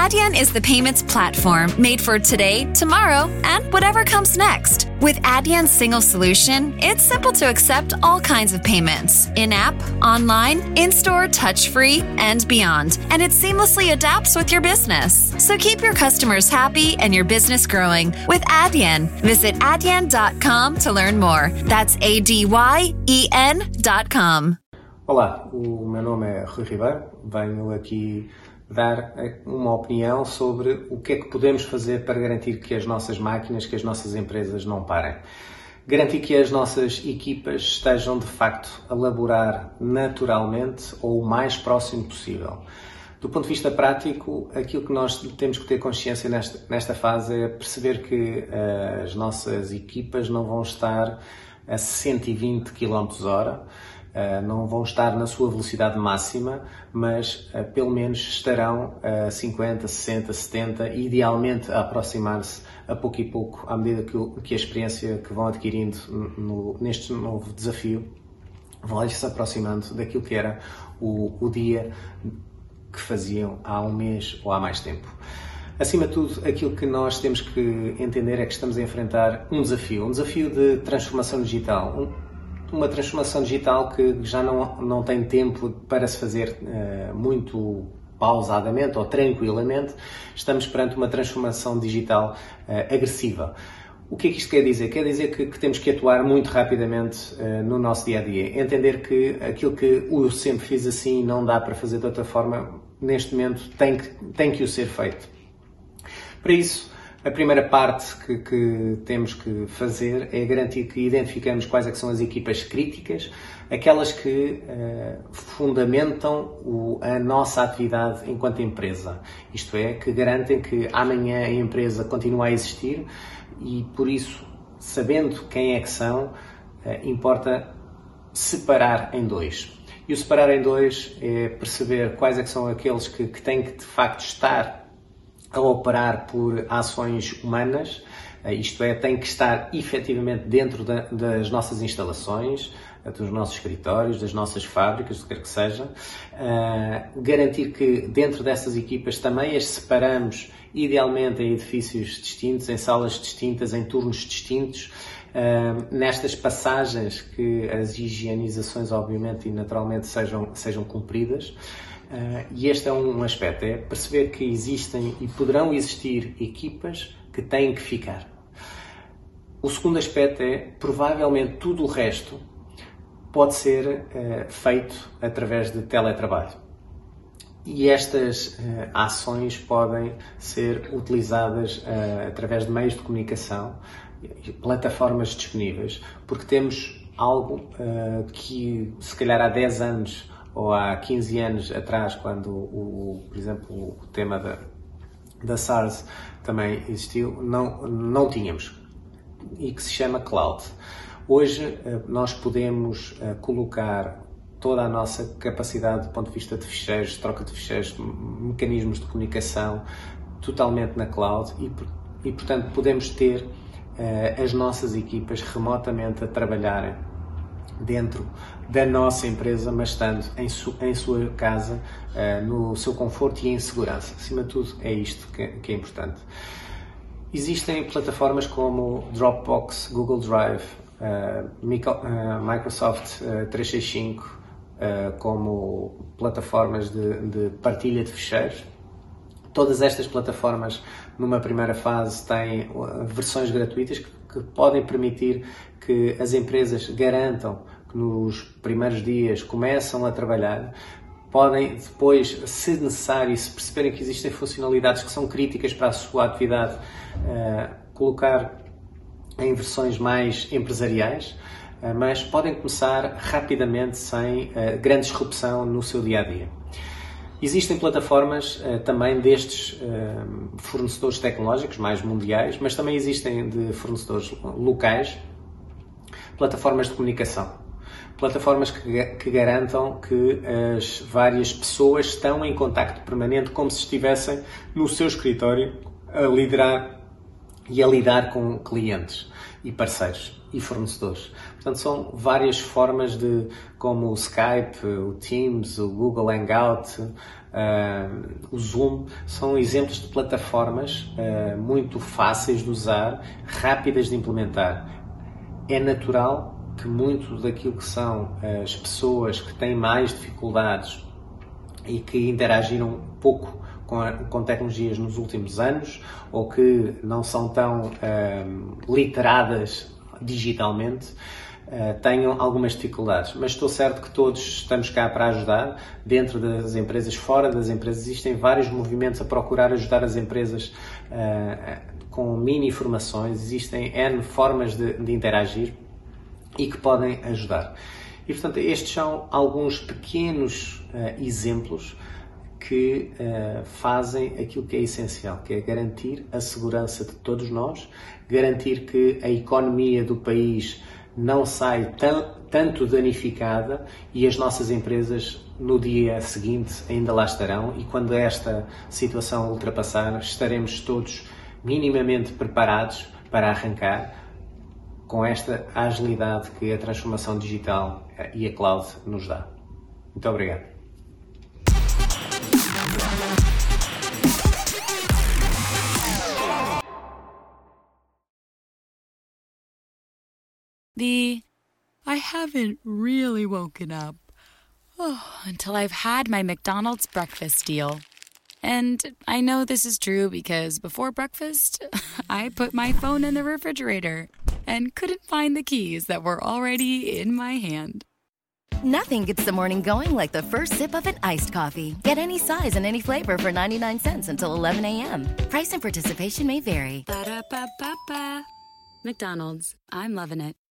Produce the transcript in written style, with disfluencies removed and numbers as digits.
Adyen is the payments platform made for today, tomorrow, and whatever comes next. With Adyen's single solution, it's simple to accept all kinds of payments, in-app, online, in-store, touch-free, and beyond. And it seamlessly adapts with your business. So keep your customers happy and your business growing with Adyen. Visit adyen.com to learn more. That's ADYEN.com. Olá, o meu nome é Rui Ribeiro, venho aqui dar uma opinião sobre o que é que podemos fazer para garantir que as nossas máquinas, que as nossas empresas não parem. Garantir que as nossas equipas estejam de facto a laborar naturalmente ou o mais próximo possível. Do ponto de vista prático, aquilo que nós temos que ter consciência nesta fase é perceber que as nossas equipas não vão estar a 120 km/h, não vão estar na sua velocidade máxima, mas pelo menos estarão a 50, 60, 70, idealmente a aproximar-se a pouco e pouco, à medida que a experiência que vão adquirindo neste novo desafio vai-se aproximando daquilo que era o dia que faziam há um mês ou há mais tempo. Acima de tudo, aquilo que nós temos que entender é que estamos a enfrentar um desafio de transformação digital. Uma transformação digital que já não tem tempo para se fazer muito pausadamente ou tranquilamente. Estamos perante uma transformação digital agressiva. O que é que isto quer dizer? Quer dizer que temos que atuar muito rapidamente no nosso dia-a-dia. Entender que aquilo que eu sempre fiz assim não dá para fazer de outra forma, neste momento tem que o ser feito. Para isso, a primeira parte que temos que fazer é garantir que identificamos quais é que são as equipas críticas, aquelas que fundamentam a nossa atividade enquanto empresa. Isto é, que garantem que amanhã a empresa continua a existir e, por isso, sabendo quem é que são, importa separar em dois. E o separar em dois é perceber quais é que são aqueles que têm que, de facto, estar a operar por ações humanas, isto é, tem que estar efetivamente dentro das nossas instalações, dos nossos escritórios, das nossas fábricas, do que quer que seja. Garantir que dentro dessas equipas também as separamos, idealmente em edifícios distintos, em salas distintas, em turnos distintos, nestas passagens que as higienizações, obviamente e naturalmente, sejam cumpridas. E este é um aspecto, é perceber que existem e poderão existir equipas que têm que ficar. O segundo aspecto é, provavelmente, tudo o resto pode ser feito através de teletrabalho. E estas ações podem ser utilizadas através de meios de comunicação, plataformas disponíveis, porque temos algo que, se calhar, há 10 anos ou há 15 anos atrás, quando, por exemplo, o tema da SARS também existiu, não tínhamos, e que se chama Cloud. Hoje nós podemos colocar toda a nossa capacidade do ponto de vista de ficheiros, troca de ficheiros, mecanismos de comunicação, totalmente na Cloud e portanto, podemos ter as nossas equipas remotamente a trabalharem dentro da nossa empresa, mas estando em sua casa, no seu conforto e em segurança. Acima de tudo, é isto que é importante. Existem plataformas como Dropbox, Google Drive, Microsoft 365, como plataformas de partilha de ficheiros. Todas estas plataformas, numa primeira fase, têm versões gratuitas que podem permitir que as empresas garantam que nos primeiros dias começam a trabalhar, podem depois, se necessário, e se perceberem que existem funcionalidades que são críticas para a sua atividade, colocar em versões mais empresariais, mas podem começar rapidamente sem grande disrupção no seu dia-a-dia. Existem plataformas também destes fornecedores tecnológicos mais mundiais, mas também existem de fornecedores locais, plataformas de comunicação. Plataformas que garantam que as várias pessoas estão em contacto permanente, como se estivessem no seu escritório a liderar e a lidar com clientes e parceiros e fornecedores. Portanto, são várias formas de, como o Skype, o Teams, o Google Hangout, o Zoom, são exemplos de plataformas muito fáceis de usar, rápidas de implementar. É natural que muito daquilo que são as pessoas que têm mais dificuldades e que interagiram pouco com tecnologias nos últimos anos ou que não são tão literadas digitalmente, tenham algumas dificuldades. Mas estou certo que todos estamos cá para ajudar, dentro das empresas, fora das empresas. Existem vários movimentos a procurar ajudar as empresas com mini formações, existem N formas de interagir e que podem ajudar. E, portanto, estes são alguns pequenos exemplos que fazem aquilo que é essencial, que é garantir a segurança de todos nós, garantir que a economia do país não sai tanto danificada e as nossas empresas no dia seguinte ainda lá estarão, e quando esta situação ultrapassar estaremos todos minimamente preparados para arrancar com esta agilidade que a transformação digital e a cloud nos dá. Muito obrigado. I haven't really woken up until I've had my McDonald's breakfast deal. And I know this is true because before breakfast, I put my phone in the refrigerator and couldn't find the keys that were already in my hand. Nothing gets the morning going like the first sip of an iced coffee. Get any size and any flavor for 99 cents until 11 a.m. Price and participation may vary. Ba-da-ba-ba-ba. McDonald's. I'm loving it.